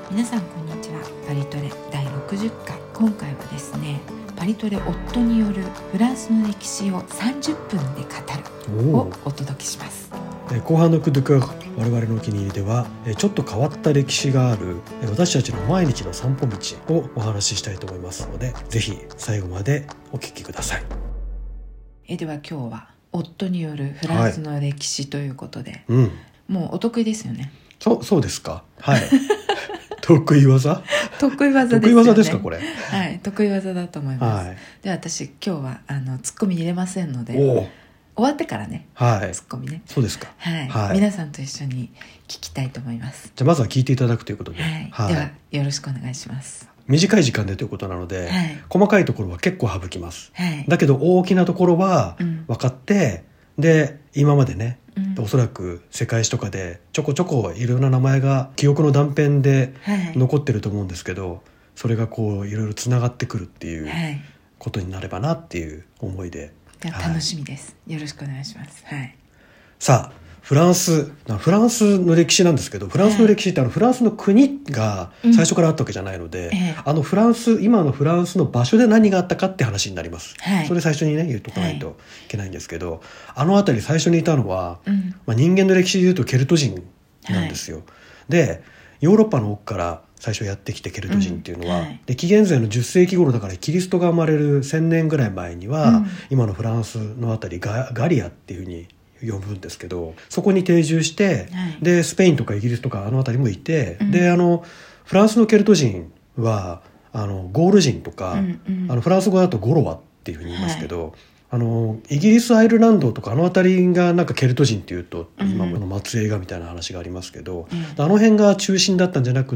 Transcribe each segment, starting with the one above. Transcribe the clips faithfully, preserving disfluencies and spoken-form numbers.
皆さんこんにちは。パリトレだいろくじゅっかい、今回はですね、パリトレ夫によるフランスの歴史をさんじゅっぷんで語るをお届けします。 後半のクドゥクー我々のお気に入りではちょっと変わった歴史がある私たちの毎日の散歩道をお話ししたいと思いますので、ぜひ最後までお聞きください。 えでは今日は夫によるフランスの歴史ということで、はい、うん、もうお得意ですよね。 そ, そうですか。はい得意技得意技ですよね。 得意技ですかこれ。 はい、得意技だと思います。はい、で私今日はあのツッコミ入れませんので、終わってからね、はい、ツッコミね。 そうですか。 はい、はい、皆さんと一緒に聞きたいと思います。 じゃあまずは聞いていただくということで、 はいはい、ではよろしくお願いします。 短い時間でということなので、はい、細かいところは結構省きます、はい、だけど大きなところは分かって、うん、で今までね、うん、おそらく世界史とかでちょこちょこいろいろな名前が記憶の断片で残ってると思うんですけど、はい、それがこういろいろつながってくるっていうことになればなっていう思いで、 はい、楽しみです、はい、よろしくお願いします、はい、 さあフランスフランスの歴史なんですけど、フランスの歴史ってあのフランスの国が最初からあったわけじゃないので、うんええ、あのフランス今のフランスの場所で何があったかって話になります、はい、それ最初にね言っとかないといけないんですけど、はい、あの辺り最初にいたのは、うんまあ、人間の歴史でいうとケルト人なんですよ、はい、でヨーロッパの奥から最初やってきてケルト人っていうのは、うんはい、で紀元前のじゅっせいき頃だからキリストが生まれるせんねんぐらい前には、うん、今のフランスのあたり ガ, ガリアっていうふうに呼ぶんですけど、そこに定住して、はい、でスペインとかイギリスとかあの辺りもいて、うん、であのフランスのケルト人はあのゴール人とか、うんうん、あのフランス語だとゴロワっていうふうに言いますけど、はい、あのイギリスアイルランドとかあの辺りがなんかケルト人っていうと、うん、今の末裔がみたいな話がありますけど、うん、あの辺が中心だったんじゃなくって、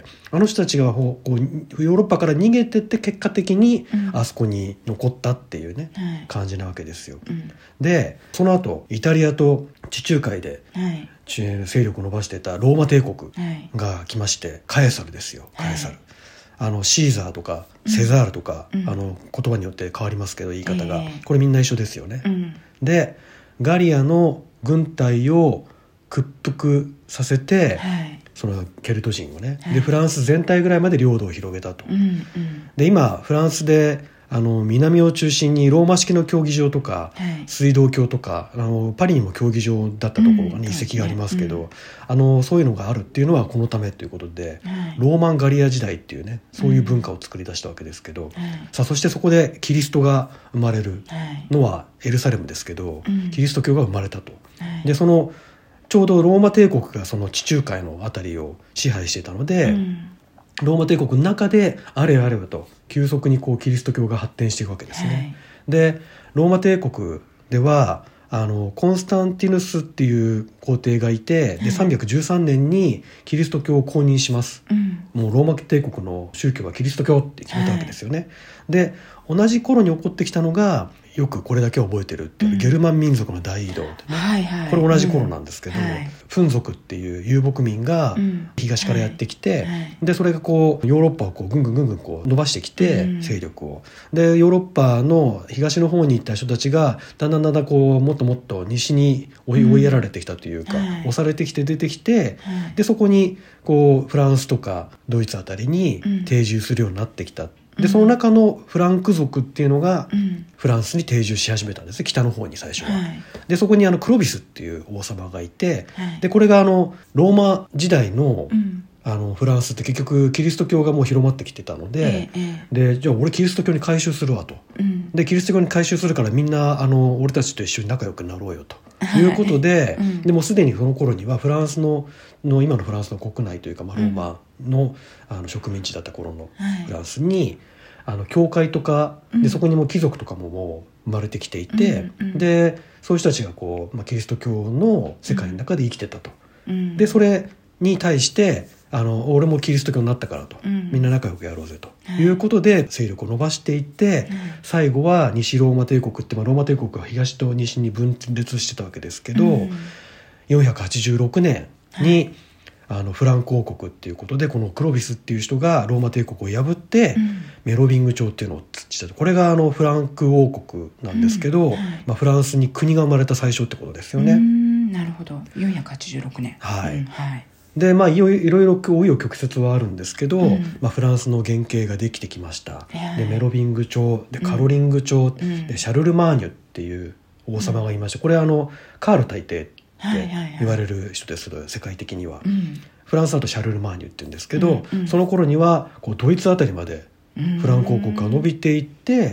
あの人たちがこうヨーロッパから逃げてって結果的にあそこに残ったっていうね、うん、感じなわけですよ、うん、でその後イタリアと地中海で勢力を伸ばしてたローマ帝国が来まして、カエサルですよ、カエサル、はい、あのシーザーとかセザールとか、うん、あの言葉によって変わりますけど言い方が、えー、これみんな一緒ですよね、うん、でガリアの軍隊を屈服させて、はい、そのケルト人をね、はい、でフランス全体ぐらいまで領土を広げたと、うんうん、で今フランスであの南を中心にローマ式の競技場とか、はい、水道橋とかあのパリにも競技場だったところが、ねうん、遺跡がありますけど、うん、あのそういうのがあるっていうのはこのためということで、はい、ローマンガリア時代っていうねそういう文化を作り出したわけですけど、うん、さあそしてそこでキリストが生まれるのはエルサレムですけど、はい、キリスト教が生まれたと、はい、でそのちょうどローマ帝国がその地中海のあたりを支配していたので、うんローマ帝国の中であれあればと急速にこうキリスト教が発展していくわけですね、はい、でローマ帝国ではあのコンスタンティヌスっていう皇帝がいて、でさんびゃくじゅうさんねんにキリスト教を公認します、うん、もうローマ帝国の宗教はキリスト教って決めたわけですよね、はい、で同じ頃に起こってきたのがよくこれだけ覚えてるっていう、うん、ゲルマン民族の大移動ってね、はいはい、これ同じ頃なんですけど、うんはい、フン族っていう遊牧民が東からやってきて、うんはい、でそれがこうヨーロッパをこうぐんぐんぐんぐんこう伸ばしてきて、うん、勢力をでヨーロッパの東の方に行った人たちがだんだんだんだんこうもっともっと西に追い、追いやられてきたというか、うん、押されてきて出てきて、はい、でそこにこうフランスとかドイツあたりに定住するようになってきた、うんでその中のフランク族っていうのがフランスに定住し始めたんですね、北の方に最初は、はい、でそこにあのクロビスっていう王様がいて、はい、でこれがあのローマ時代の、うん、あのフランスって結局キリスト教がもう広まってきてたので、ええ、でじゃあ俺キリスト教に改宗するわと、うん、でキリスト教に改宗するからみんなあの俺たちと一緒に仲良くなろうよということで、はいうん、でもすでにその頃にはフランスの、の今のフランスの国内というか、まあ、ローマの、うん、あの植民地だった頃のフランスに、はい、あの教会とかでそこにも貴族とかももう生まれてきていて、うんうん、でそういう人たちがこう、まあ、キリスト教の世界の中で生きてたと、うん、でそれに対してあの俺もキリスト教になったからと、うん、みんな仲良くやろうぜということで勢力を伸ばしていって、うん、最後は西ローマ帝国って、まあ、ローマ帝国は東と西に分裂してたわけですけど、うん、よんひゃくはちじゅうろくねんに、はいあのフランク王国っていうことでこのクロビスっていう人がローマ帝国を破って、うん、メロビング朝っていうのを土したと。これがあのフランク王国なんですけど、うんはいまあ、フランスに国が生まれた最初ってことですよね。 うんなるほどよんひゃくはちじゅうろくねん、 はいうんはい、 でまあいろいろ紆余曲折はあるんですけど、 うんまあ、フランスの原型ができてきました、 はいでメロビング朝でカロリング朝、 うんでシャルル・マーニュっていう王様がいまして、これはあのカール大帝ってはいはいはい言われる人です、世界的には、 うんフランスだとシャルル・マーニュって言うんですけど、 うんうんその頃にはこうドイツあたりまでフランク王国が伸びていって、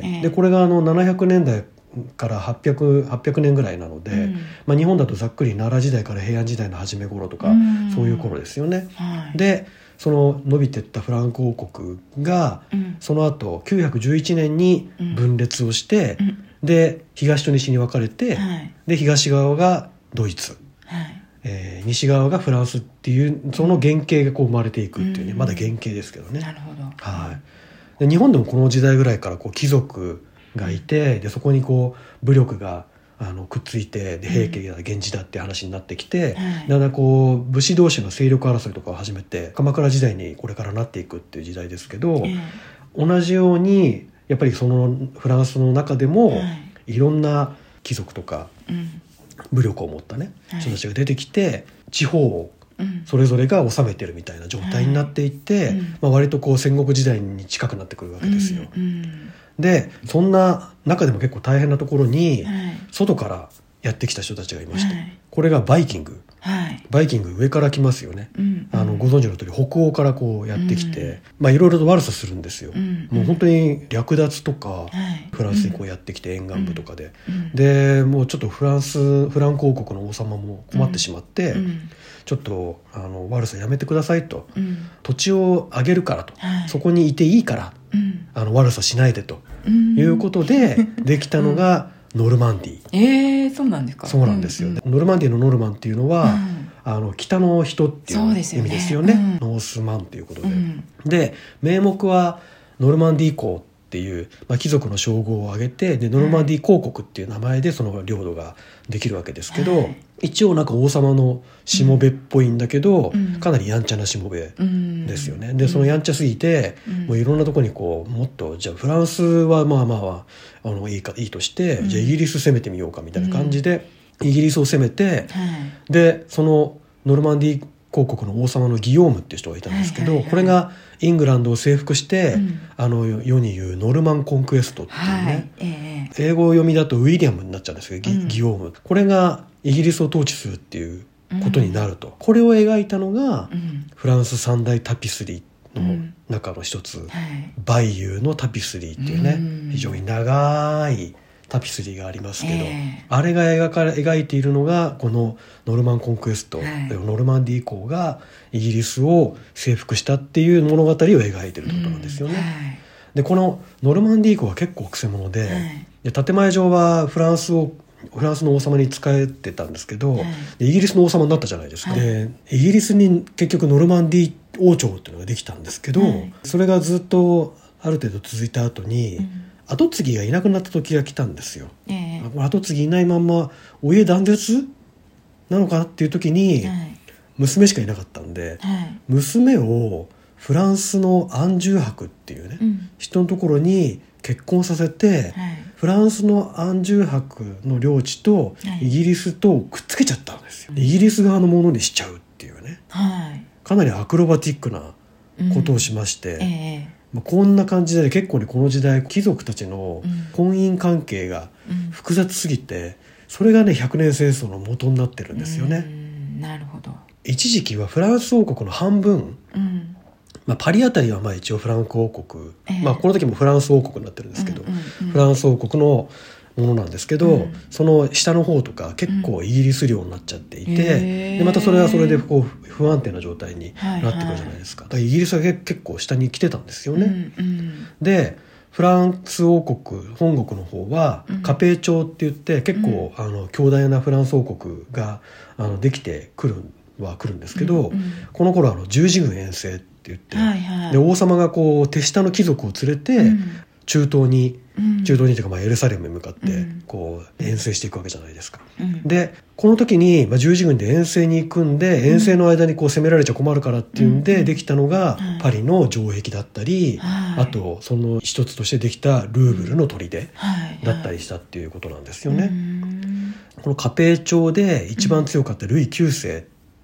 うんでこれがあのななひゃくねんだいからはっぴゃく、はっぴゃくねんぐらいなので、 うんまあ、日本だとざっくり奈良時代から平安時代の初め頃とか、 うんそういう頃ですよね。 はいでその伸びていったフランク王国が、 うんその後きゅうひゃくじゅういちねんに分裂をして、 うんで東と西に分かれて、 はいで東側がドイツ、 はいえー西側がフランスっていうその原型がこう生まれていくっていうね、 うんまだ原型ですけどね。 なるほど。 はい、で日本でもこの時代ぐらいからこう貴族がいて、でそこにこう武力があのくっついて、で平家が源氏だって話になってきて、 はいだんだんこう武士同士の勢力争いとかを始めて鎌倉時代にこれからなっていくっていう時代ですけど、 え同じようにやっぱりそのフランスの中でも、 えはいいろんな貴族とかうん武力を持ったねはい人たちが出てきて、地方をうんそれぞれが治めてるみたいな状態になっていって、 はいうんまあ、割とこう戦国時代に近くなってくるわけですよ。 うんうんでそんな中でも結構大変なところにはい外からやってきた人たちがいまして、 はいこれがバイキングはいバイキング上から来ますよね。 うんあのご存知の通り北欧からこうやってきて、まあいろいろと悪さするんですよ、 うんもう本当に略奪とか、 はいフランスにこうやってきて沿岸部とかで、 うんでもうちょっとフランスフランク王国の王様も困ってしまって、 うんちょっとあの悪さやめてくださいと、 うん土地をあげるからと、 はいそこにいていいからうんあの悪さしないでとうんいうことでできたのがノルマンディー、 えー、そうなんですか。 そうなんですよ、 うんでノルマンディーのノルマンっていうのは、 うんあの北の人っていう意そうですよね味ですよね、 うんノースマンっていうことで、 うんで名目はノルマンディー公っていう、まあ、貴族の称号を挙げて、でノルマンディー公国っていう名前でその領土ができるわけですけど、 はい一応なんか王様のしもべっぽいんだけど、 うんかなりやんちゃなしもべうんですよね。でそのやんちゃすぎて、 うんもういろんなところにこうもっとじゃあフランスはまあまあまああのいいかいいとして、 うんじゃあイギリス攻めてみようかみたいな感じで、イギリスを攻めて、 はいでそのノルマンディー公国の王様のギヨームっていう人がいたんですけど、 はいはいはいこれがイングランドを征服して、 うんあの世に言うノルマンコンクエストっていうはいね、 え英語読みだとウィリアムになっちゃうんですけど、ギうんギヨームこれがイギリスを統治するっていうことになると、これを描いたのが、 えうんフランス三大タピスリーのうん中の一つ、 はいバイユーのタピスリーっていうね、 うん非常に長いタピスリーがありますけど、 ええあれが描かれ描いているのがこのノルマンコンクエスト、 はいノルマンディー公がイギリスを征服したっていう物語を描いてるってことなんですよね。 うんでこのノルマンディー公は結構くせ者で、 はいで建前上はフランスをフランスの王様に仕えてたんですけど、 はいでイギリスの王様になったじゃないですか、 はいでイギリスに結局ノルマンディー王朝っていうのができたんですけど、 はいそれがずっとある程度続いた後に、 うん跡継ぎがいなくなった時が来たんですよ。 ええこれ跡継ぎいないまんまお家断絶なのかっていう時にはい娘しかいなかったんで、 はい娘をフランスのアンジュ伯っていうね、 うん人のところに結婚させて、 はいフランスのアンジュ伯の領地とはいイギリスとくっつけちゃったんですよ。でイギリス側のものにしちゃうっていうね、 はいかなりアクロバティックなことをしまして、 ええまあ、こんな感じで結構ねこの時代貴族たちのうん婚姻関係がうん複雑すぎて、それがね百年戦争の元になってるんですようね。 んなるほど。 一時期はフランス王国の半分、 うんまあ、パリあたりはまあ一応フランク王国、 ええまあ、この時もフランス王国になってるんですけど、 うんうんうんフランス王国のものなんですけど、 うんその下の方とか結構イギリス領になっちゃっていて、 へえでまたそれはそれでこう不安定な状態にはいなってくるじゃないですか。だからイギリスは結結構下に来てたんですよね。 うんうんでフランス王国本国の方はうんカペー朝って言って結構、あの強大なフランス王国があのできてくるは来るんですけど、 うんうんこの頃あの十字軍遠征って言って、 はいはいで王様がこう手下の貴族を連れて、 うん中東にうん中東にというかまあエルサレムに向かってうんこう遠征していくわけじゃないですか。 うんでこの時に、まあ、十字軍で遠征に行くんで、遠征の間にこう攻められちゃ困るからっていうんで、 うんできたのがはいパリの城壁だったり、 はいあとその一つとしてできたルーブルの砦はいだったりしたっていうことなんですようね。 んこのカペー朝で一番強かったルイきゅうせいって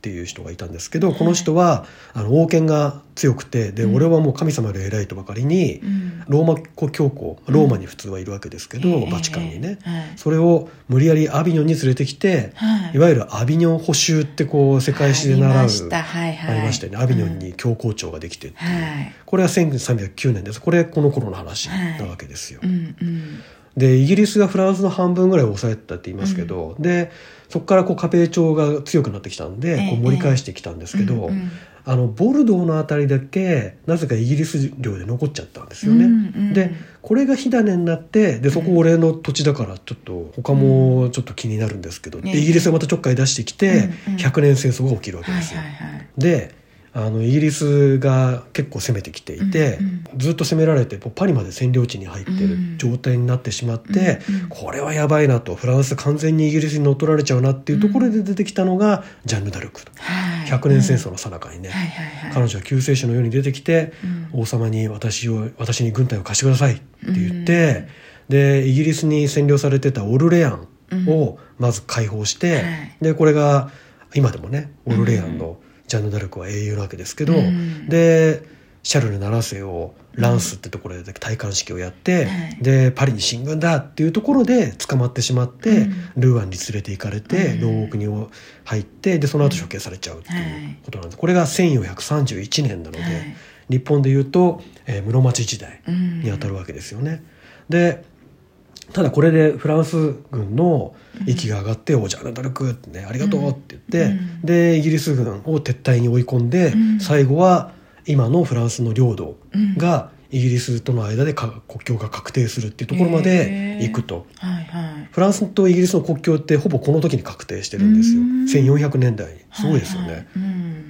っていう人がいたんですけど、この人はあの王権が強くて、で、うん、俺はもう神様より偉いとばかりに、うん、ローマ教皇、ローマに普通はいるわけですけど、うん、バチカンにね、えーはい、それを無理やりアビニョンに連れてきて、はい、いわゆるアビニョン捕囚ってこう世界史で習う、ありました、はいはい、ありましたよね。アビニョンに教皇庁ができてっていう、はい、これはせんさんびゃくきゅうねんです。これこの頃の話なわけですよ、はい、うんうん、でイギリスがフランスの半分ぐらいを抑えてたって言いますけど、うん、でそこからこうカペー朝が強くなってきたんで、えー、こう盛り返してきたんですけど、うんうん、あのボルドーのあたりだけなぜかイギリス領で残っちゃったんですよね、うんうん、でこれが火種になって、でそこ俺の土地だからちょっと他もちょっと気になるんですけど、うん、でイギリスがまたちょっかい出してきて、うんうん、ひゃくねん戦争が起きるわけですよ、はいはいはい、であのイギリスが結構攻めてきていて、うんうん、ずっと攻められてパリまで占領地に入ってる状態になってしまって、うんうん、これはやばいなと、フランス完全にイギリスに乗っ取られちゃうなっていうところで出てきたのがジャンヌ・ダルクと、はい、ひゃくねん戦争の最中にね、はいはいはい、彼女は救世主のように出てきて、うん、王様に私を私に軍隊を貸してくださいって言って、うん、でイギリスに占領されてたオルレアンをまず解放して、うん、でこれが今でもねオルレアンの、うんジャンヌ・ダルクは英雄なわけですけど、うん、でシャルルななせいをランスってところで戴冠式をやって、うん、でパリに進軍だっていうところで捕まってしまって、うん、ルーアンに連れて行かれて、うん、牢獄に入ってでその後処刑されちゃうっていうことなんです、うん、これがせんよんひゃくさんじゅういちねんなので、はい、日本でいうと、えー、室町時代にあたるわけですよね、うん、でただこれでフランス軍の息が上がって、うん、おジャンヌ・ダルクって、ね、ありがとうって言って、うん、でイギリス軍を撤退に追い込んで、うん、最後は今のフランスの領土がイギリスとの間で国境が確定するっていうところまで行くと、はいはい、フランスとイギリスの国境ってほぼこの時に確定してるんですよ、うん、せんよんひゃくねんだいすごいですよね、はいはい、うん、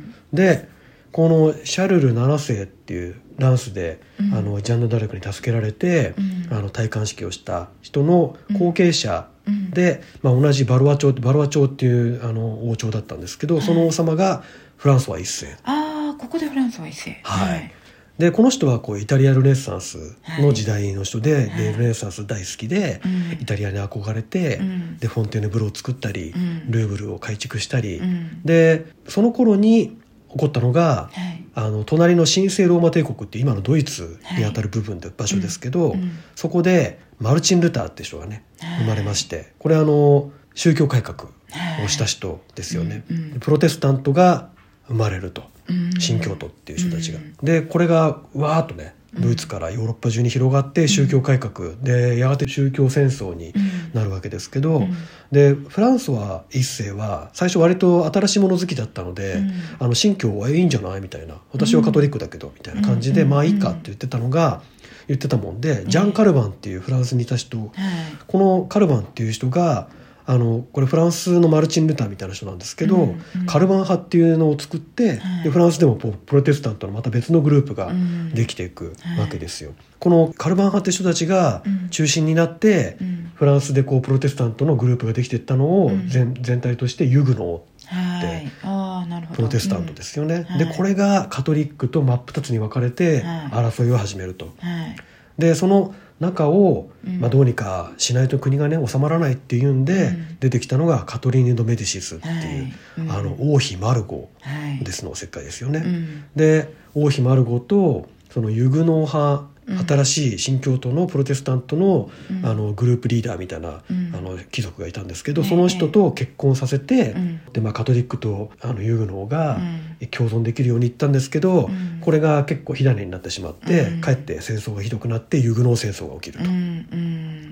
でこのシャルルななせいっていうランスで、うん、あのジャンヌ・ダルクに助けられて、うん、あの戴冠式をした人の後継者で、うんまあ、同じバルワ朝バルワ朝っていうあの王朝だったんですけど、はい、その王様がフランソワ一世。 ああここでフランソワ一世、 はいはい、でこの人はこうイタリアルネッサンスの時代の人で、はい、でルネッサンス大好きで、はい、イタリアに憧れて、うん、でフォンテーヌブローを作ったり、うん、ルーブルを改築したり、うん、でその頃に起こったのが、はい、あの隣の神聖ローマ帝国って今のドイツにあたる部分で、はい、場所ですけど、うん、そこでマルチン・ルターって人がね、はい、生まれまして、これあの宗教改革をした人ですよね、はいうんうん、プロテスタントが生まれると、うん、新教徒っていう人たちが、うん、でこれがわーっとねドイツからヨーロッパ中に広がって宗教改革、うん、でやがて宗教戦争になるわけですけど、うん、でフランソワ一世は最初割と新しいもの好きだったので、うん、あの新教はいいんじゃないみたいな、私はカトリックだけどみたいな感じで、うん、まあいいかって言ってたのが言ってたもんで、ジャン・カルバンっていうフランスにいた人、うん、このカルバンっていう人があのこれフランスのマルチン・ルターみたいな人なんですけど、うんうん、カルバン派っていうのを作って、はい、でフランスでもプロテスタントのまた別のグループができていくわけですよ、うんはい、このカルバン派って人たちが中心になって、うん、フランスでこうプロテスタントのグループができていったのを 全,、うん、全体としてユグノーって、はい、あなるほどプロテスタントですよね、うん、でこれがカトリックと真っ二つに分かれて争いを始めると、はい、でその中を、まあ、どうにかしないと国がね収まらないっていうんで、うん、出てきたのがカトリーヌ・ド・メディシスっていう、はいうん、あの王妃マルゴですのおせっかいですよね、はい、で王妃マルゴとそのユグノー派、うん、新しい新教徒のプロテスタント の,、うん、あのグループリーダーみたいな、うん、あの貴族がいたんですけど、その人と結婚させて、うん、でまあ、カトリックとあのユグノーが共存できるようにいったんですけど、うん、これが結構火種になってしまって、うん、かえって戦争がひどくなってユグノー戦争が起きると、うんうん、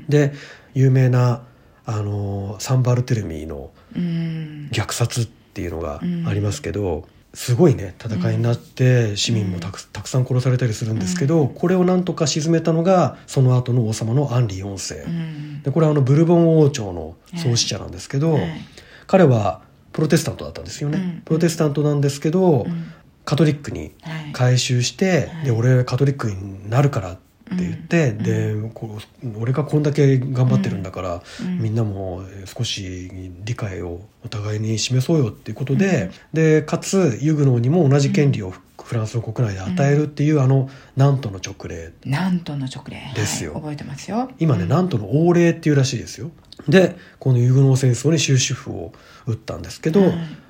で有名なあのサンバルテルミーの虐殺っていうのがありますけど、うんすごいね戦いになって市民もた く,、うん、たくさん殺されたりするんですけど、うん、これをなんとか鎮めたのがその後の王様のアンリよんせい、うん、でこれはあのブルボン王朝の創始者なんですけど、うん、彼はプロテスタントだったんですよね、うん、プロテスタントなんですけど、うん、カトリックに改宗して、はい、で俺カトリックになるからって言って、うん、でこう俺がこんだけ頑張ってるんだから、うん、みんなも少し理解をお互いに示そうよっていうことで、うん、でかつユグノーにも同じ権利をフランスの国内で与えるっていう、うん、あのナントの勅令ナントの勅令ですよ、 はい、覚えてますよ今ね、うん、ナントの王令っていうらしいですよ。でこのユグノー戦争に終止符を打ったんですけど、うん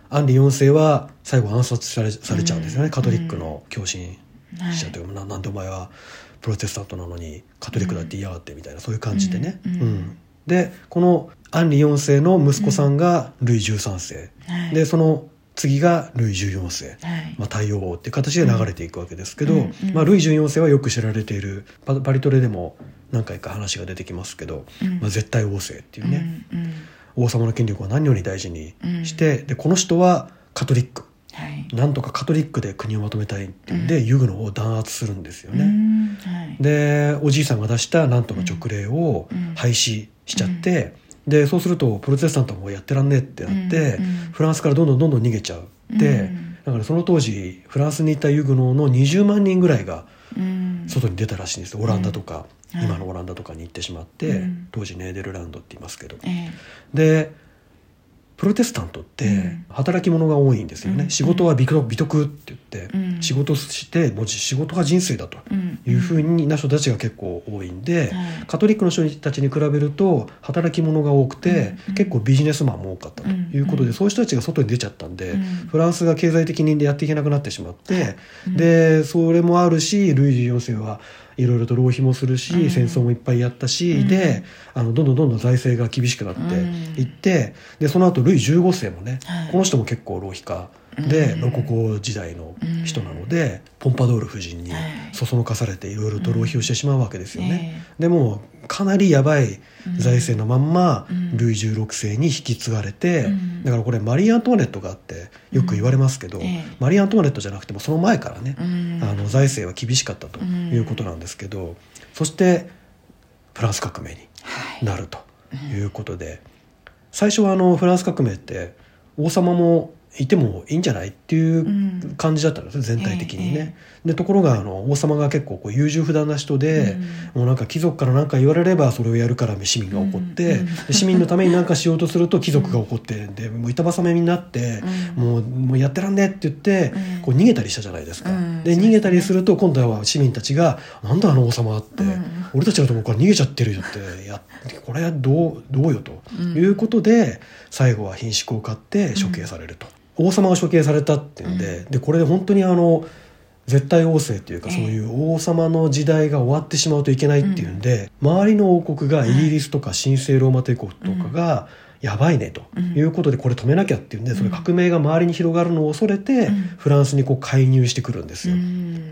アンリよんせいは最後暗殺され、されちゃうんですよね、うん、カトリックの狂信者というか、うん、なんでお前はプロテスタントなのにカトリックだって言いやがってみたいな、そういう感じでね、うんうん、でこのアンリよんせいの息子さんがルイじゅうさんせい、はい、でその次がルイじゅうよんせい、はいまあ、太陽王っていう形で流れていくわけですけど、うんうんまあ、ルイじゅうよんせいはよく知られている パ, パリトレでも何回か話が出てきますけど、うんまあ、絶対王政っていうね、うんうん、王様の権力を何より大事にして、うん、でこの人はカトリック、はい、なんとかカトリックで国をまとめたいっていうんで、うん、ユグノを弾圧するんですよね、うんはい、でおじいさんが出したナントの勅令を廃止しちゃって、うん、でそうするとプロテスタントもやってらんねえってなって、うんうん、フランスからどんどんどんどん逃げちゃうで、うん、だからその当時フランスにいたユグノのにじゅうまんにんぐらいが外に出たらしいんですよ。オランダとか、うん、今のオランダとかに行ってしまって、うん、当時ネーデルランドって言いますけど、うん、でプロテスタントって働き者が多いんですよね、うん、仕事は美徳、美徳って言って、うん、仕事してもう仕事が人生だというふうな人たちが結構多いんで、うん、カトリックの人たちに比べると働き者が多くて、うん、結構ビジネスマンも多かったということで、うん、そういう人たちが外に出ちゃったんで、うん、フランスが経済的にやっていけなくなってしまって、うん、でそれもあるしルイじゅうよんせいはいろいろと浪費もするし、うん、戦争もいっぱいやったし、うん、であのどんどんどんどん財政が厳しくなっていって、うん、でその後ルイじゅうごせいもね、はい、この人も結構浪費家で、うん、ロココ時代の人なので、うん、ポンパドール夫人にそそのかされていろいろと浪費をしてしまうわけですよね、うん、でもかなりやばい財政のまんま、うん、ルイじゅうろくせいに引き継がれて、うん、だからこれマリー・アントワネットがあってよく言われますけど、うん、マリー・アントワネットじゃなくてもその前からね、うん、あの財政は厳しかったということなんですけど、うん、そしてフランス革命になるということで、はい、最初はあのフランス革命って王様もいてもいいんじゃないっていう感じだったんですよ、全体的にね、えー、でところがあの王様が結構こう優柔不断な人で、うん、もうなんか貴族から何か言われればそれをやるから市民が怒って、うんうん、市民のために何かしようとすると貴族が怒ってでもう板挟みになって、うん、もう、もうやってらんねって言って、うん、こう逃げたりしたじゃないですか、うん、で逃げたりすると今度は市民たちがなんだあの王様って、うん、俺たちのところから逃げちゃってるよってやこれはどう、どうよということで、最後はひんしくを買って処刑されると、うん、王様が処刑されたっていうんで、うん、でこれで本当にあの絶対王政っていうか、そういう王様の時代が終わってしまうといけないっていうんで、うん、周りの王国がイギリスとか神聖ローマ帝国とかがやばいねということで、これ止めなきゃっていうんで、それ革命が周りに広がるのを恐れて、フランスにこう介入してくるんですよ、うん、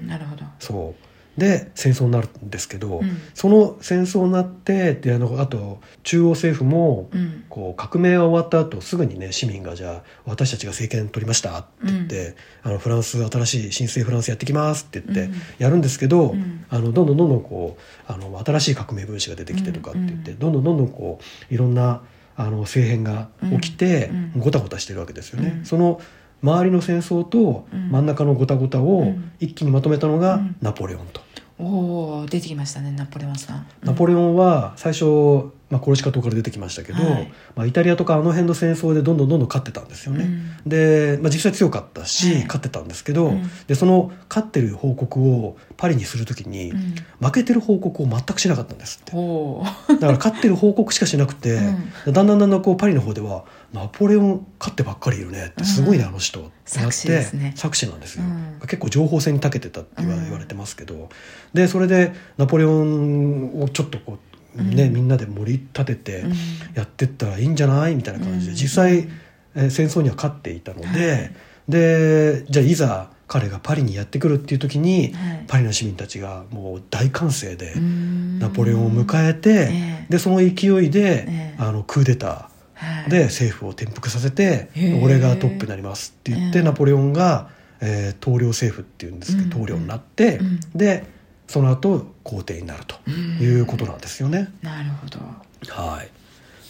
なるほど。そうで戦争になるんですけど、うん、その戦争になってで あのあと中央政府も、うん、こう革命が終わった後すぐにね市民がじゃあ私たちが政権取りましたって言って、うん、あのフランス新しい新生フランスやってきますって言ってやるんですけど、うん、あのどんどんどんどんこうあの新しい革命分子が出てきてとかって言って、うん、どんどんどんどんこういろんなあの政変が起きて、うん、ごたごたしてるわけですよね、うん、その周りの戦争と真ん中のごたごたを一気にまとめたのがナポレオンと、 うん、おー出てきましたねナポレオンさん、 うん、ナポレオンは最初、まあ、コルシカ島から出てきましたけど、はい、まあ、イタリアとかあの辺の戦争でどんどんどんどん勝ってたんですよね、うん、で、まあ、実際強かったし、はい、勝ってたんですけど、うん、でその勝ってる報告をパリにするときに、うん、負けてる報告を全くしなかったんですって、おだから勝ってる報告しかしなくて、うん、だんだんだんだんこうパリの方ではナポレオン勝ってばっかりいるねってすごいね、うん、あの人ってなって作詞ですね、作詞なんですよ、うん、結構情報戦に長けてたって言わ、うん、言われてますけど、でそれでナポレオンをちょっとこう、ね、うん、みんなで盛り立ててやってったらいいんじゃないみたいな感じで、実際、えー、戦争には勝っていたので、はい、でじゃあいざ彼がパリにやってくるっていう時に、はい、パリの市民たちがもう大歓声でナポレオンを迎えて、えー、でその勢いで、えー、あのクーデターで政府を転覆させて、俺がトップになりますって言って、ナポレオンが、えー、統領政府っていうんですけど、統領になって、うん、でその後皇帝になるということなんですよね、 うん、なるほど、 はい、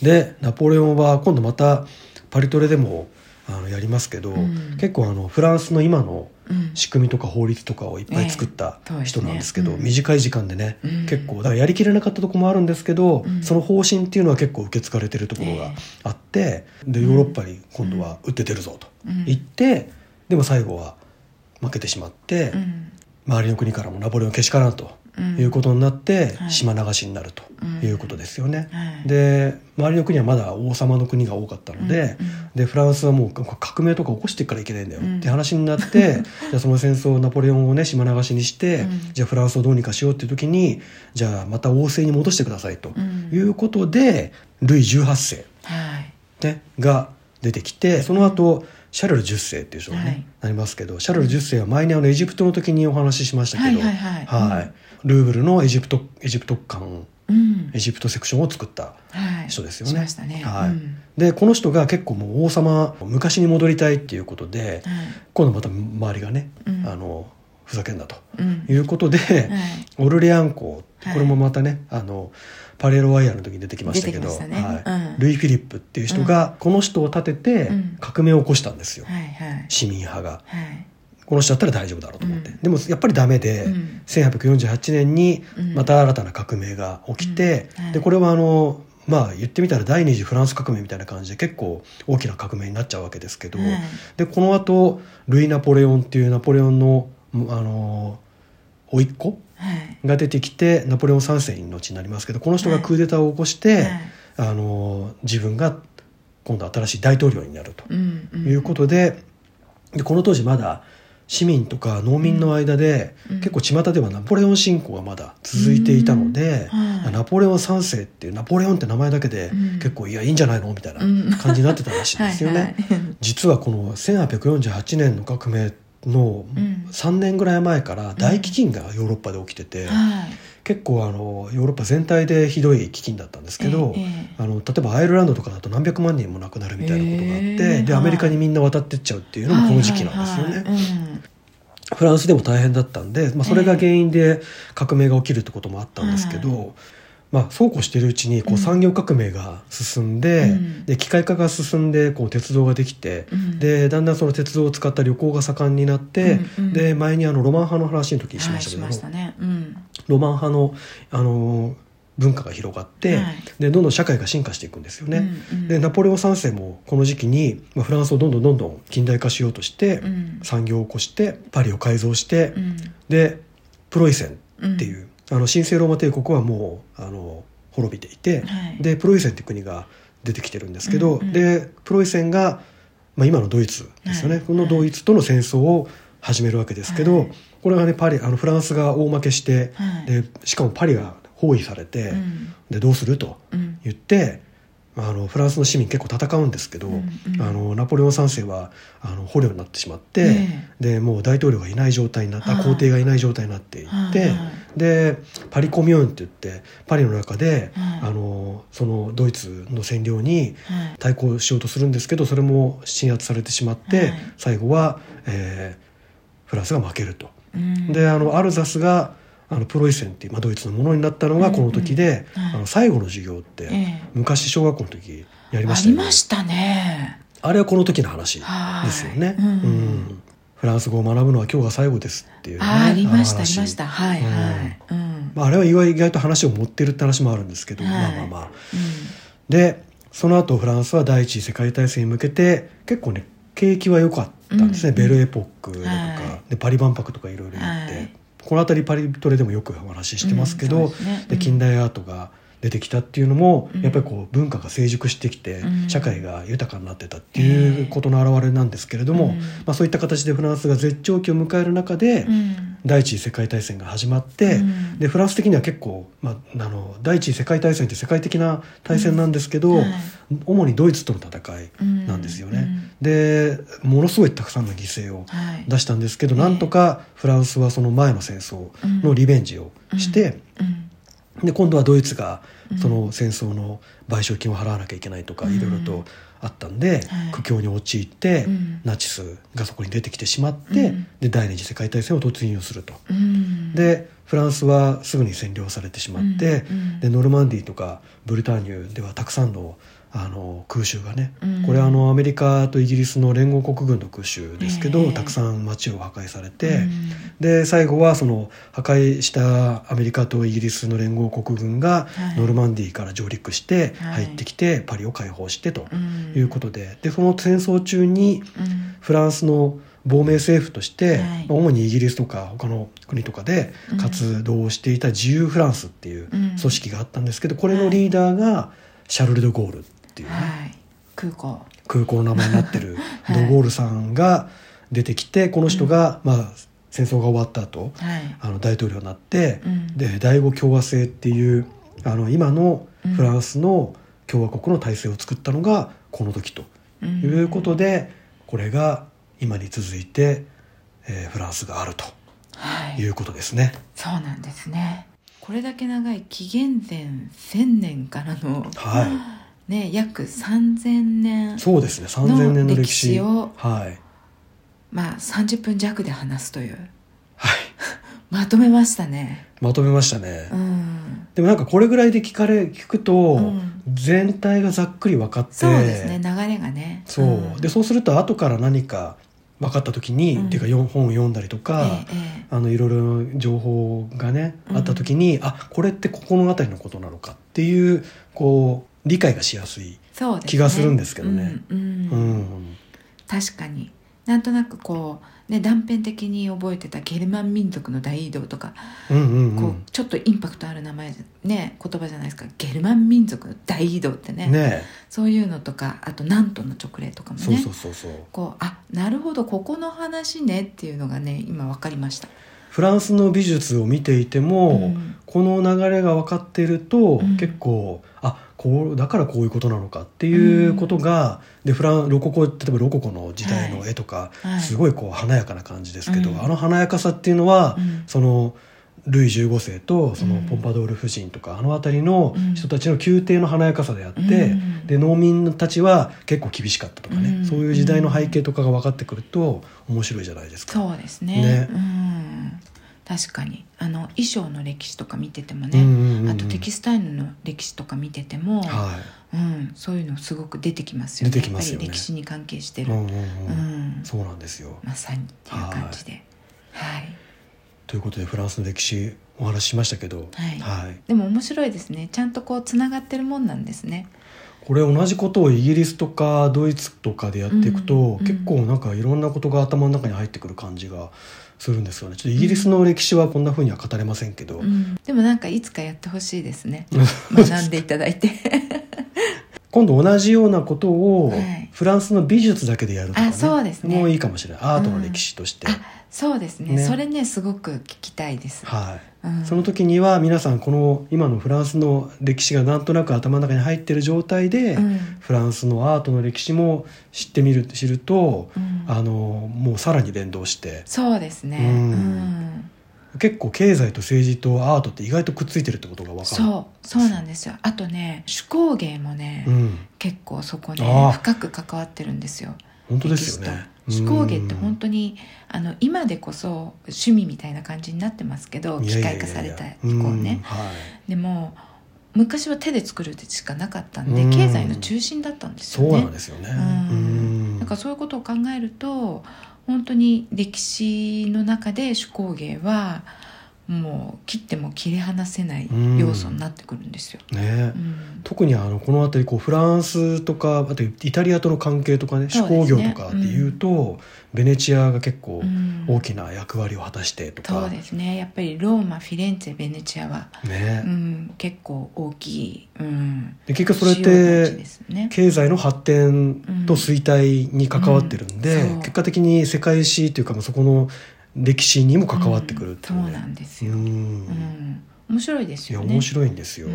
でナポレオンは今度またパリトレでもあのやりますけど、うん、結構あのフランスの今の仕組みとか法律とかをいっぱい作った人なんですけど、えーね、うん、短い時間でね、うん、結構だからやりきれなかったところもあるんですけど、うん、その方針っていうのは結構受け継がれてるところがあって、えー、でヨーロッパに今度は打って出るぞと言って、うん、でも最後は負けてしまって、うん、周りの国からもナポレオンけしからんということになって、 はい、 島流しになるということですよね、 うんはい、 で周りの国はまだ王様の国が多かったので、うんうん、でフランスはもう革命とか起こしていくからいけないんだよって話になって、うん、じゃあその戦争ナポレオンをね島流しにして、うん、じゃあフランスをどうにかしようっていう時にじゃあまた王政に戻してくださいということで、うん、ルイじゅうはっせい、はいね、が出てきて、その後シャルルじゅっせいっていう人がね、はい、なりますけど、シャルルじゅっせいは前にあのエジプトの時にお話ししましたけど、はいはいはいはい、ルーブルのエジプトエジプト館、うん、エジプトセクションを作った人ですよね。はい、しましたね。はい。うん、でこの人が結構もう王様昔に戻りたいっていうことで、はい、今度また周りがね、うん、あのふざけんなということで、うんはい、オルレアン公これもまたね、はい、あのパレーロワイヤーの時に出てきましたけど、ねはいうん、ルイ・フィリップっていう人がこの人を立てて革命を起こしたんですよ、うんはいはい、市民派が、はい、この人だったら大丈夫だろうと思って、うん、でもやっぱりダメで、うん、せんはっぴゃくよんじゅうはちねんにまた新たな革命が起きて、うんはい、でこれはあのまあ言ってみたら第二次フランス革命みたいな感じで結構大きな革命になっちゃうわけですけど、はい、でこの後ルイ・ナポレオンっていうナポレオンのあの甥っ子が出てきてナポレオンさんせいの後になりますけど、この人がクーデターを起こして、はい、あの自分が今度新しい大統領になるということで、うんうん、でこの当時まだ市民とか農民の間で、うん、結構巷ではナポレオン信仰がまだ続いていたので、うん、ナポレオンさんせいっていうナポレオンって名前だけで、うん、結構いやいいんじゃないのみたいな感じになってたらしいですよね。はいはい、実はこのせんはっぴゃくよんじゅうはちねんの革命のさんねんぐらい前から大飢饉がヨーロッパで起きてて、うんはい、結構あのヨーロッパ全体でひどい飢饉だったんですけど、えー、あの例えばアイルランドとかだと何百万人も亡くなるみたいなことがあって、えー、でアメリカにみんな渡ってっちゃうっていうのもこの時期なんですよね。はいはいはいうん、フランスでも大変だったんで、まあ、それが原因で革命が起きるってこともあったんですけど、えーまあ、そうこうしているうちにこう産業革命が進んで、うん、で機械化が進んでこう鉄道ができて、うん、でだんだんその鉄道を使った旅行が盛んになって、うんうん、で前にあのロマン派の話の時にしましたけど、はいしましたねうん、ロマン派の、あの文化が広がって、はい、でどんどん社会が進化していくんですよね。うんうん、でナポレオンさんせいもこの時期に、まあ、フランスをどんどんどんどん近代化しようとして、うん、産業を起こしてパリを改造して、うん、でプロイセンっていう、うんあの神聖ローマ帝国はもうあの滅びていて、はい、でプロイセンという国が出てきてるんですけど、うんうん、でプロイセンが、まあ、今のドイツですよね、はい、このドイツとの戦争を始めるわけですけど、はい、これがねパリあのフランスが大負けして、はい、でしかもパリが包囲されて、うん、でどうすると言って、あのフランスの市民結構戦うんですけど、うんうん、あのナポレオンさんせいはあの捕虜になってしまって、えー、でもう大統領がいない状態になった皇帝がいない状態になっていって、でパリコミューンって言ってパリの中で、あのそのドイツの占領に対抗しようとするんですけど、それも鎮圧されてしまって、最後は、えー、フランスが負けると、うん、であのアルザスがあのプロイセンっていう、まあ、ドイツのものになったのがこの時で、うんうんはい、あの最後の授業って、ええ、昔小学校の時やりましたよね。 ありましたね。 あれはこの時の話ですよね、うんうん、フランス語を学ぶのは今日が最後ですっていう、ね、 あ, ありましたありましたはいはい、うんうんまあ、あれは意外と話を持ってるって話もあるんですけど、はい、まあまあまあ、うん、でその後フランスは第一次世界大戦に向けて結構ね景気は良かったんですね、うん、ベルエポックだとか、はい、でパリ万博とかいろいろやって、はいこの辺りパリトレでもよくお話ししてますけど、うんでねうん、で近代アートが出てきたっていうのも、うん、やっぱりこう文化が成熟してきて、うん、社会が豊かになってたっていうことの表れなんですけれども、うんまあ、そういった形でフランスが絶頂期を迎える中で、うん、第一次世界大戦が始まって、うん、でフランス的には結構、まあ、あの第一次世界大戦って世界的な大戦なんですけど、うんはい、主にドイツとの戦いなんですよね、うん、でものすごいたくさんの犠牲を出したんですけど、はい、なんとかフランスはその前の戦争のリベンジをして、うんうんで今度はドイツがその戦争の賠償金を払わなきゃいけないとかいろいろとあったんで、うん、苦境に陥って、うん、ナチスがそこに出てきてしまって、うん、で第二次世界大戦を突入すると、うん、でフランスはすぐに占領されてしまって、うん、でノルマンディーとかブルターニュではたくさんのあの空襲がね、うん、これはあのアメリカとイギリスの連合国軍の空襲ですけど、えー、たくさん街を破壊されて、うん、で最後はその破壊したアメリカとイギリスの連合国軍がノルマンディーから上陸して入ってきてパリを解放してということで、でその戦争中にフランスの亡命政府として、 はい、 主にイギリスとか他の国とかで活動をしていた自由フランスっていう組織があったんですけど、これのリーダーがシャルル・ド・ゴールっていう、ね、 はい、空港空港の名前になってるド・ゴールさんが出てきて、この人が、うん、まあ、戦争が終わった後、はい、あの大統領になって、うん、で第五共和制っていうあの今のフランスの共和国の体制を作ったのがこの時ということで、うん、これが今に続いて、えー、フランスがあるということですね、 はい、そうなんですね。これだけ長い紀元前せんねんからの、はいね、約さんぜんねんそうですね、さんぜんねんの歴史を、 はい、 まあ、さんじゅっぷん弱で話すという、 はい、 まとめましたね。 まとめましたね、 うん、 でもなんかこれぐらいで聞かれ聞くと、うん、全体がざっくり分かって、 そうですね、流れがね、 そう、うん、でそうすると後から何か分かった時に、うん、っていうか本を読んだりとか、ええ、あのいろいろ情報がね、うん、あった時に、あ、これってここの辺りのことなのかっていうこう理解がしやすい気がするんですけどね。 うんうんうん、確かになんとなくこう、ね、断片的に覚えてたゲルマン民族の大移動とか、 うんうんうん、 こうちょっとインパクトある名前、ね、言葉じゃないですか。ゲルマン民族の大移動って ね, ねそういうのとか、あとナントの勅令とかもね、 そうそうそうそう、 こう、あ、なるほどここの話ねっていうのがね今分かりました。 フランスの美術を見ていても、うん、この流れが分かっていると、うん、結構あこうだからこういうことなのかっていうことが、うん、でフランロココ例えばロココの時代の絵とか、はい、すごいこう華やかな感じですけど、うん、あの華やかさっていうのは、うん、そのルイじゅうごせいとそのポンパドール夫人とか、うん、あの辺りの人たちの宮廷の華やかさであって、うん、で農民たちは結構厳しかったとかね、うん、そういう時代の背景とかが分かってくると面白いじゃないですか。 そうですね、ね、うん、確かにあの衣装の歴史とか見ててもね、 うんうんうん、 あとテキスタイルの歴史とか見てても、 はいうん、そういうのすごく出てきますよね。 出てきますよね。 やっぱり歴史に関係してる、 うんうんうんうん、 そうなんですよ、 まさにっていう感じで、はい、はい、 ということでフランスの歴史お話ししましたけど、 はいはい、 でも面白いですね。ちゃんとこうつながってるもんなんですね。 これ同じことをイギリスとかドイツとかでやっていくと、うんうん、結構なんかいろんなことが頭の中に入ってくる感じがするんですよね。ちょっとイギリスの歴史はこんな風には語れませんけど、 うん、でもなんかいつかやってほしいですね学んでいただいて今度同じようなことをフランスの美術だけでやるとかね、 あ、そうですね、 もういいかもしれない。アートの歴史として、うん、 あ、そうです ね, ねそれねすごく聞きたいです、 はい、 うん、 その時には皆さんこの今のフランスの歴史がなんとなく頭の中に入っている状態で、うん、フランスのアートの歴史も知ってみる知ると、うん、あのもうさらに連動して、 そうですね、 うんうん、 結構経済と政治とアートって意外とくっついてるってことが分かる。 そうそうなんですよ。あとね手工芸もね、うん、結構そこね深く関わってるんですよ。 本当ですよね。 手工芸って本当にあの今でこそ趣味みたいな感じになってますけど、機械化された以降ね、 はい、 でも昔は手で作るってしかなかったんで、経済の中心だったんですよね。 そうなんですよね。 うん、だからそういうことを考えると本当に歴史の中で手工芸はもう切っても切り離せない要素になってくるんですよ、 うんね、うん、特にあのこの辺りこうフランスとかあとイタリアとの関係とかね、手工業とかっていうと、うん、ベネチアが結構大きな役割を果たしてとか、 うん、そうですね。やっぱりローマ、フィレンツェ、ベネチアは、 ね、 うん、結構大きい、うん、 で結局それって経済の発展と衰退に関わってるんで、うんうん、結果的に世界史というかそこの歴史にも関わってくるっていう、ね、 うん、そうなんですよ、 うんうん、面白いですよね。 いや面白いんですよ、 うん、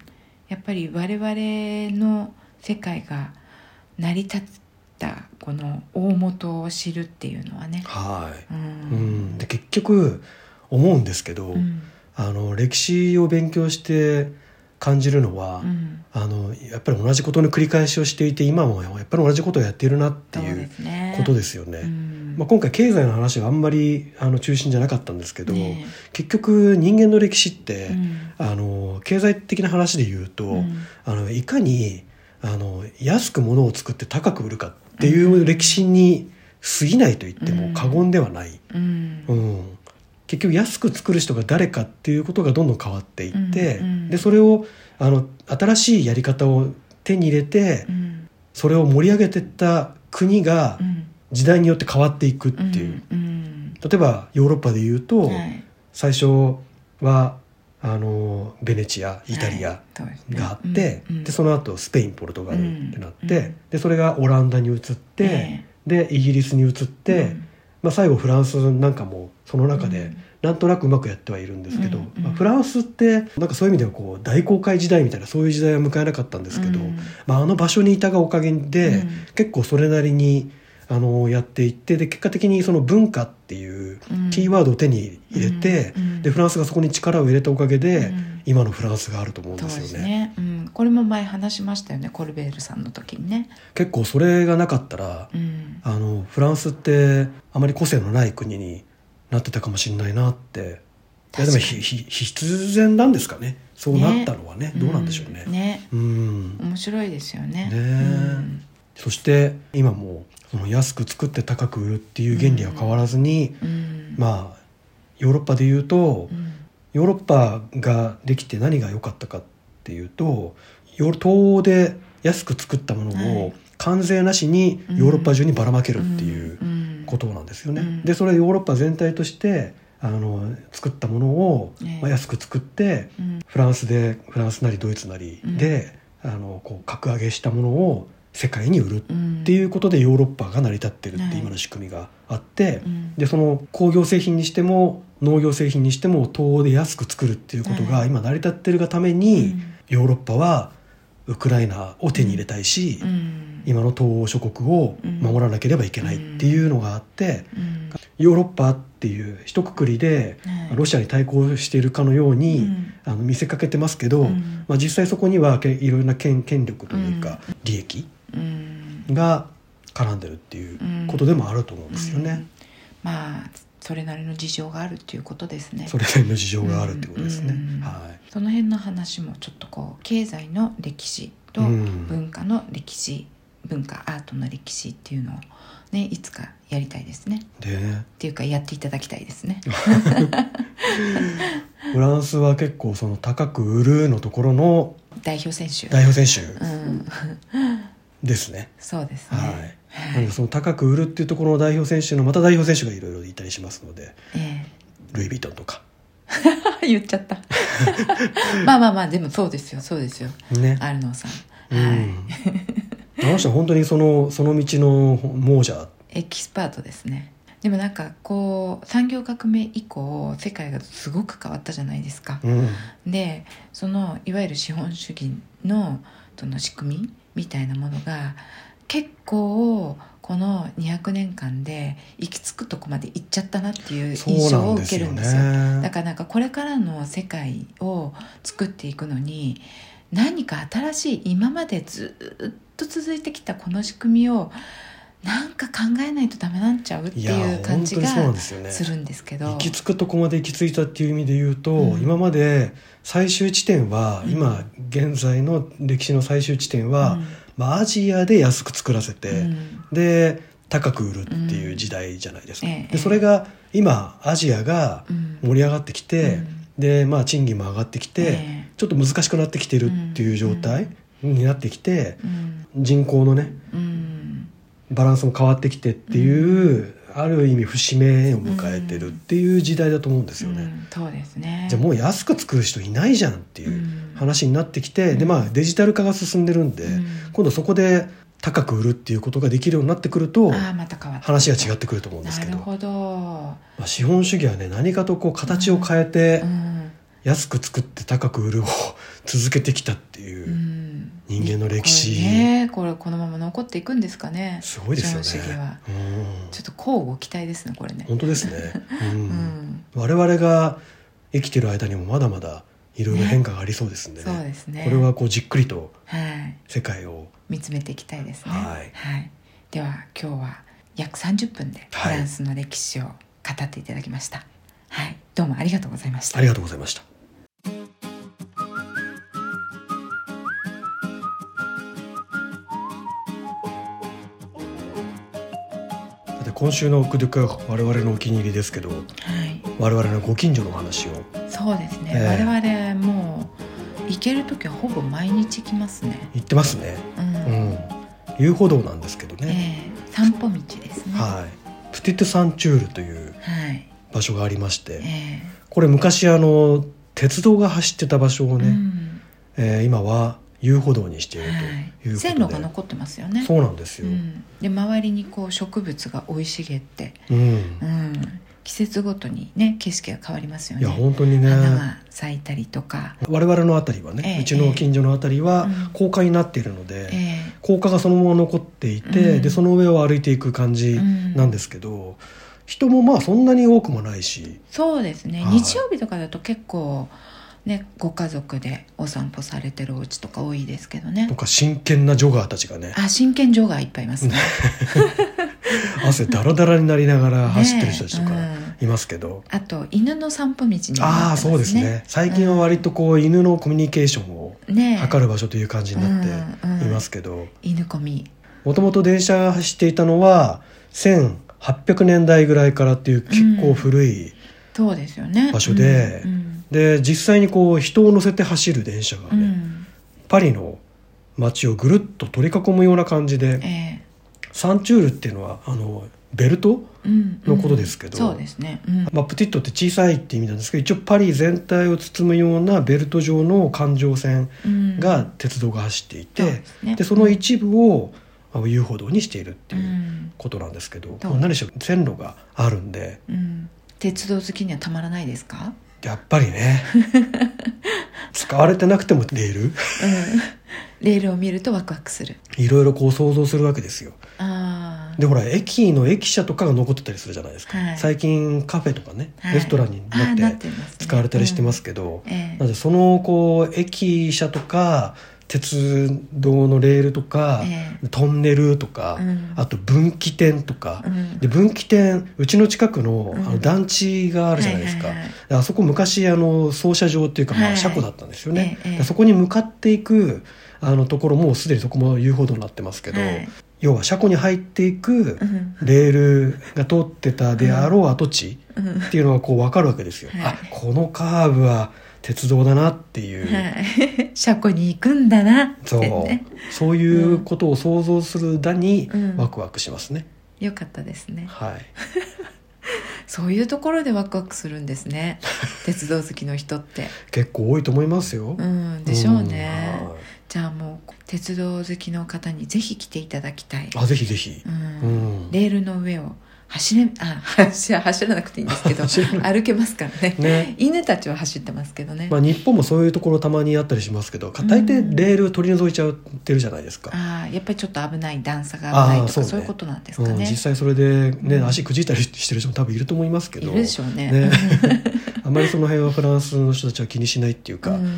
やっぱり我々の世界が成り立ったこの大元を知るっていうのはね、 はい、 うんうん、で結局思うんですけど、うん、あの歴史を勉強して感じるのは、うん、あのやっぱり同じことの繰り返しをしていて今もやっぱり同じことをやっているなっていうことですよね。まあ、今回経済の話はあんまりあの中心じゃなかったんですけど、ね、結局人間の歴史って、うん、あの経済的な話で言うと、うん、あのいかにあの安く物を作って高く売るかっていう歴史に過ぎないと言っても過言ではない、 うんうん、結局安く作る人が誰かっていうことがどんどん変わっていって、 うんうん、 でそれをあの新しいやり方を手に入れて、うん、それを盛り上げていった国が、 うん時代によって変わっていくっていう、 うんうん、 例えばヨーロッパでいうと、 はい、 最初はあのベネチアイタリアがあって、はいうんうん、でその後スペインポルトガルってなって、うんうん、でそれがオランダに移って、えー、でイギリスに移って、うんまあ、最後フランスなんかもその中でなんとなくうまくやってはいるんですけど、うんうんまあ、フランスってなんかそういう意味ではこう大航海時代みたいなそういう時代は迎えなかったんですけど、うんまあ、あの場所にいたがおかげで、うん、結構それなりにあのやっていって、で結果的にその文化っていうキーワードを手に入れて、うん、でフランスがそこに力を入れたおかげで、うん、今のフランスがあると思うんですよね。 そうですね、うん、これも前話しましたよね、コルベールさんの時にね。 結構それがなかったら、うん、あのフランスってあまり個性のない国になってたかもしれないなって。いやでもひひ必然なんですかね、そうなったのは ね, ねどうなんでしょうね。 うん、ね、うん、面白いですよね。ね、うん、そして今もその安く作って高く売るっていう原理は変わらずに、うん、まあヨーロッパでいうと、うん、ヨーロッパができて何が良かったかっていうと、東欧で安く作ったものを関税なしにヨーロッパ中にばらまけるっていうことなんですよね。うんうん、でそれはヨーロッパ全体としてあの作ったものを、ねまあ、安く作って、うん、フランスでフランスなりドイツなりで、うん、あのこう格上げしたものを世界に売るっていうことでヨーロッパが成り立ってるって今の仕組みがあって、うん、でその工業製品にしても農業製品にしても東欧で安く作るっていうことが今成り立ってるがために、うん、ヨーロッパはウクライナを手に入れたいし、うん、今の東欧諸国を守らなければいけないっていうのがあって、うん、ヨーロッパっていう一括りでロシアに対抗しているかのように、うん、あの見せかけてますけど、うんまあ、実際そこにはいろいろな 権, 権力というか利益が絡んでるっていうことでもあると思うんですよね。うんうん、 まあそれなりの事情があるっていうことですね。 それなりの事情があるっていうことですね。うんうんはい、 その辺の話もちょっとこう経済の歴史と文化の歴史、うん、文化アートの歴史っていうのをねいつかやりたいですね。 でっていうかやっていただきたいですね。 フランスは結構その高く売るのところの代表選手代表選手、うんですね。 そうですね。 はい。なのでその高く売るっていうところの代表選手のまた代表選手がいろいろいたりしますので、えー、ルイ・ヴィトンとか言っちゃった。まあまあまあでもそうですよそうですよ。ね。アルノーさん。はい。うん、 あの人は本当にそのその道の亡者。 エキスパートですね。でもなんかこう産業革命以降世界がすごく変わったじゃないですか。うん、でそのいわゆる資本主義のその仕組みみたいなものが結構このにひゃくねんかんで行き着くとこまで行っちゃったなっていう印象を受けるんですよ。だからなんかこれからの世界を作っていくのに何か新しい今までずっと続いてきたこの仕組みをなんか考えないとダメなんちゃうっていう感じがするんですけど、 行き着くとこまで行き着いたっていう意味で言うと、うん、今まで最終地点は、うん、今現在の歴史の最終地点は、うんまあ、アジアで安く作らせて、うん、で高く売るっていう時代じゃないですか、うん、でそれが今アジアが盛り上がってきて、うんでまあ、賃金も上がってきて、えー、ちょっと難しくなってきてるっていう状態になってきて、うん、人口のね、うんバランスも変わってきてっていう、うん、ある意味節目を迎えてるっていう時代だと思うんですよね、うん、 そうですね。 じゃあもう安く作る人いないじゃんっていう話になってきて、うん、でまあデジタル化が進んでるんで、うん、今度そこで高く売るっていうことができるようになってくると、 あまた変わって話が違ってくると思うんですけど、 なるほど、 まあ、資本主義はね何かとこう形を変えて、うんうん安く作って高く売るを続けてきたっていう人間の歴史、うんこれね、これこのまま残っていくんですかね。 すごいですよね。 資本主義は、うん、ちょっと交互期待ですねこれね。 本当ですね、うんうん、我々が生きてる間にもまだまだいろいろ変化がありそうですんで ね, ね, そうですねこれはこうじっくりと世界を、はい、 見つめていきたいですね、 はいはい、では今日は約さんじゅっぷんでフランスの歴史を語っていただきました、はいはい、どうもありがとうございました。 ありがとうございました。今週のオクドゥクは我々のお気に入りですけど、はい、我々のご近所の話を。 そうですね、えー、我々もう行けるときはほぼ毎日行きますね。 行ってますね、うんうん、遊歩道なんですけどね、 えー、散歩道ですですね、 はい、プティットサンチュールという場所がありまして、 はい、えー、 これ昔あの鉄道が走ってた場所をね、うん、えー、今は遊歩道にしているということで、はい、 線路が残ってますよね。 そうなんですよ、うん、 で周りにこう植物が生い茂って、 うんうん、 季節ごとにね景色が変わりますよね。 いや本当にね、 花が咲いたりとか、 我々のあたりはね、えー、うちの近所のあたりは高架になっているので、えー、高架がそのまま残っていて、うん、でその上を歩いていく感じなんですけど、うん、人もまあそんなに多くもないし、 そうですね、はい、日曜日とかだと結構ね、ご家族でお散歩されてるお家とか多いですけどね。 とか真剣なジョガーたちがね、 あ、真剣ジョガーいっぱいいますね汗だらだらになりながら走ってる人たちとかいますけど、ね、うん、 あと犬の散歩道にもなってますね。 ああそうですね、最近は割とこう、うん、犬のコミュニケーションを図る場所という感じになっていますけど、うんうん、 犬コミ、 もともと電車が走っていたのはせんはっぴゃくねんだいぐらいからっていう結構古い場所で、うんうんうん、で実際にこう人を乗せて走る電車がね、うん、パリの街をぐるっと取り囲むような感じで、えー、サンチュールっていうのはあのベルトのことですけど、 うんうん、そうですね、うん、 まあ、プティットって小さいって意味なんですけど、一応パリ全体を包むようなベルト状の環状線が鉄道が走っていて、うん、 そ, で、ね、でその一部を遊歩道にしているっていうことなんですけど、うん、何しろ線路があるんで、 うん、鉄道好きにはたまらないですか？ やっぱりね使われてなくてもレール、うん、 レールを見るとワクワクする、 いろいろこう想像するわけですよ。 あでほら駅の駅舎とかが残ってたりするじゃないですか、はい、最近カフェとかね、はい、レストランになって使われたりしてますけど、うん、ええ、なのでそのこう駅舎とか鉄道のレールとか、ええ、トンネルとか、うん、あと分岐点とか、うん、で分岐点うちの近く の,、うん、あの団地があるじゃないですか、はいはいはい、あそこ昔あの操車場っていうか、まあ、車庫だったんですよね、はい、そこに向かっていくあのところもうすでにそこも遊歩道になってますけど、はい、要は車庫に入っていくレールが通ってたであろう跡地っていうのがこう分かるわけですよ、はい、あこのカーブは鉄道だなっていう、 はい、車庫に行くんだなってね、 そう、そういうことを想像するだにワクワクしますね、 うん、よかったですね、 はいそういうところでワクワクするんですね鉄道好きの人って結構多いと思いますよ、 うん、でしょうね、うん、じゃあもう鉄道好きの方にぜひ来ていただきたい。 あぜひぜひ、 うんうん、レールの上を走れあ走走らなくていいんですけど歩けますからねね、犬たちは走ってますけどね、 まあ、日本もそういうところたまにあったりしますけど、大抵レール取り除いちゃってるじゃないですか、 うん、あやっぱりちょっと危ない段差が危ないとかそう、ね、そういうことなんですかね、うん、 実際それで、ね、うん、足くじいたりしてる人も多分いると思いますけど、 いるでしょう ね, ねあまりその辺はフランスの人たちは気にしないっていうか、うんうん、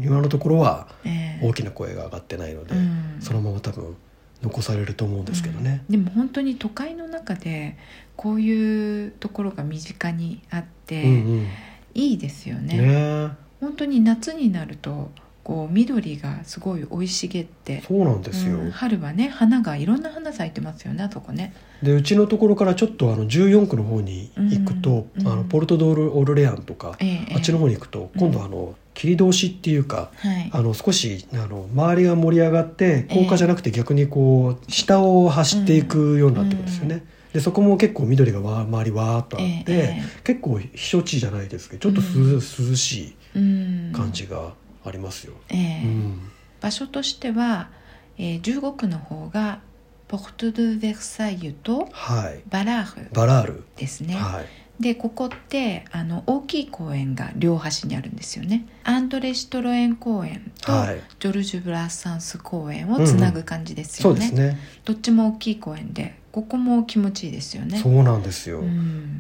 今のところは大きな声が上がってないので、えー、そのまま多分残されると思うんですけどね、 うん、でも本当に都会の中でこういうところが身近にあって、うんうん、いいですよ ね, ね本当に夏になるとこう緑がすごい生い茂って、 そうなんですよ、うん、 春はね花がいろんな花咲いてますよねあそこね。 でうちのところからちょっとあのじゅうよんくの方に行くと、うん、あのポルトドールレアンとか、ええ、あっちの方に行くと今度はあの切り通しっていうか、はい、あの少しあの周りが盛り上がって高架じゃなくて逆にこう下を走っていくようになってくるんですよね、うん、でそこも結構緑がわ周りわーっとあって、ええ、結構避暑地じゃないですけどちょっと涼、うん、涼しい感じがありますよ、 ええうん、場所としては、えー、じゅうごくの方がポルト・ドゥ・ヴェルサイユとバラール、 バラールですね、 はい、 でここってあの大きい公園が両端にあるんですよね。アンドレ・シトロエン公園とジョルジュ・ブラッサンス公園をつなぐ感じですよね、うんうん、そうですね。どっちも大きい公園でここも気持ちいいですよね。 そうなんですよ、うん、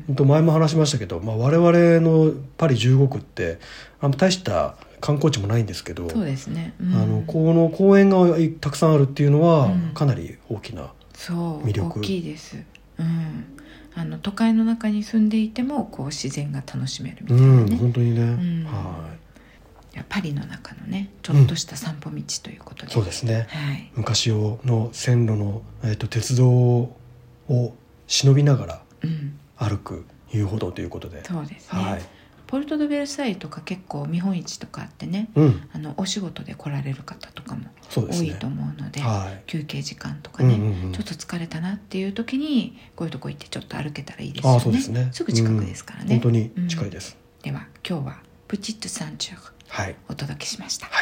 前も話しましたけど、まあ、我々のパリじゅうごくってあの大した観光地もないんですけど、 そうですね、うん、 あのこの公園がたくさんあるっていうのは、うん、かなり大きな魅力、 そう大きいです、うん、あの都会の中に住んでいてもこう自然が楽しめるみたいなね、 うん、本当にね、うん、 はい、いやパリの中のねちょっとした散歩道ということで、 うん、そうですね、はい、昔の線路の、えーと、鉄道を忍びながら歩く遊歩道ということで、 そうですね、はい、 ポルト・ド・ベルサイユとか結構見本市とかあってね、 うん、 あのお仕事で来られる方とかもそうですね多いと思うので、 はい、 休憩時間とかね、 うんうんうん、 ちょっと疲れたなっていう時にこういうとこ行ってちょっと歩けたらいいですよね。 あ、そうですね、 すぐ近くですからね、 うん、本当に近いです、 うん、では今日はプチッとサンチュール、 はい、 お届けしました。 はい、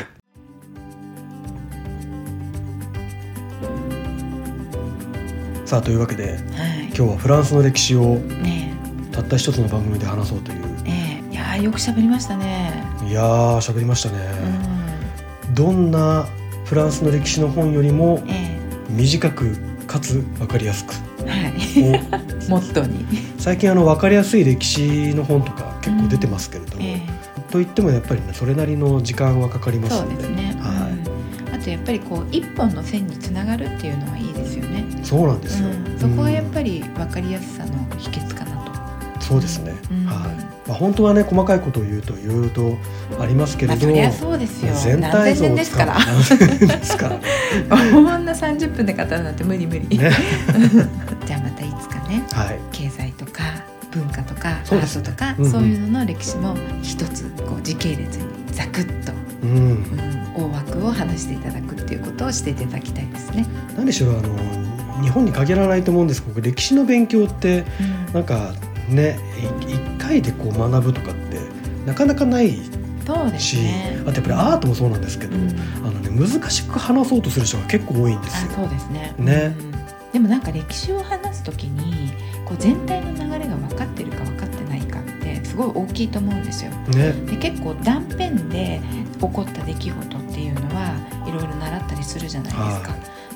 さあというわけで、はい、今日はフランスの歴史を、ね、たった一つの番組で話そうという、 えー、いやよく喋りましたね。 いやー喋りましたね、うん、どんなフランスの歴史の本よりも短くかつ分かりやすく、 はい、モットーに最近あの分かりやすい歴史の本とか結構出てますけれども、うんえー、といってもやっぱりねそれなりの時間はかかりますので、 そうですね、はい、うん、あとやっぱりこう一本の線につながるっていうのはいいですよね。 そうなんですよ、 うん、そこはやっぱり分かりやすさの秘訣かなと。 そうですね、うん、はい、まあ、本当はね細かいことを言うといろいろとありますけれど、 まあ、そりゃそうですよ、 全体像をですからですからこんなさんじゅっぷんで語るなんて無理無理、ね、じゃあまたいつかね、はい、経済とか文化とかアートとか、うんうん、そういうのの歴史も一つこう時系列にざくっと、うんうん、大枠を話していただくっていうことをしていただきたいですね。 何でしょう、あの日本に限らないと思うんですけど、歴史の勉強って、うん、なんかね一回でこう学ぶとかってなかなかないし、 そうですね、 あとやっぱりアートもそうなんですけど、うん、あのね、難しく話そうとする人が結構多いんですよ。 あ、そうですね、 ね、 うん、でもなんか歴史を話すときにこう全体の流れが分かってるか分かってないかってすごい大きいと思うんですよ、ね、で結構断片で起こった出来事っていうのはいろいろ習ったりするじゃないですか、はい、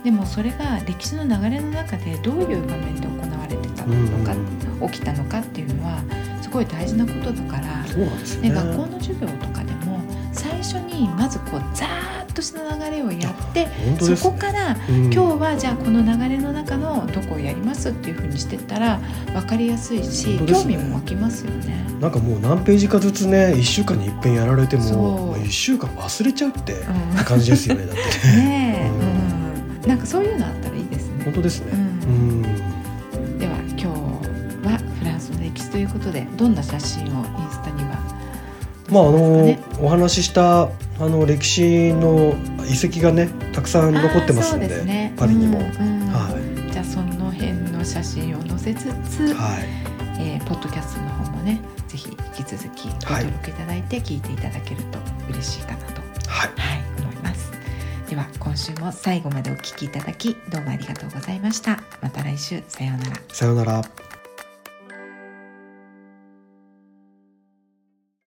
でもそれが歴史の流れの中でどういう場面で行われてたのか、うん、起きたのかっていうのはすごい大事なことだから、 そうなんですね、 で学校の授業とかでも最初にまずこうザーッとした流れをやって、ね、そこから、うん、今日はじゃあこの流れの中のどこをやりますっていう風にしてったら分かりやすいし、ね、興味も湧きますよね。 なんかもう何ページかずつねいっしゅうかんに一遍やられてももういっしゅうかん忘れちゃうって感じですよね、うん、だってねねえ、うん、なんかそういうのあったらいいですね。 本当ですね、 うん、では今日はフランスの歴史ということでどんな写真をインスタには、 まああのお話ししたあの歴史の遺跡がねたくさん残ってますの で, で、ね、パリにも、うんうん、 はい、じゃあその辺の写真を載せつつ、はい、えー、ポッドキャストの方もねぜひ引き続きご登録いただいて聞いていただけると嬉しいかなと、はいはい、思います。では今週も最後までお聞きいただきどうもありがとうございました。また来週、さようなら。 さようなら。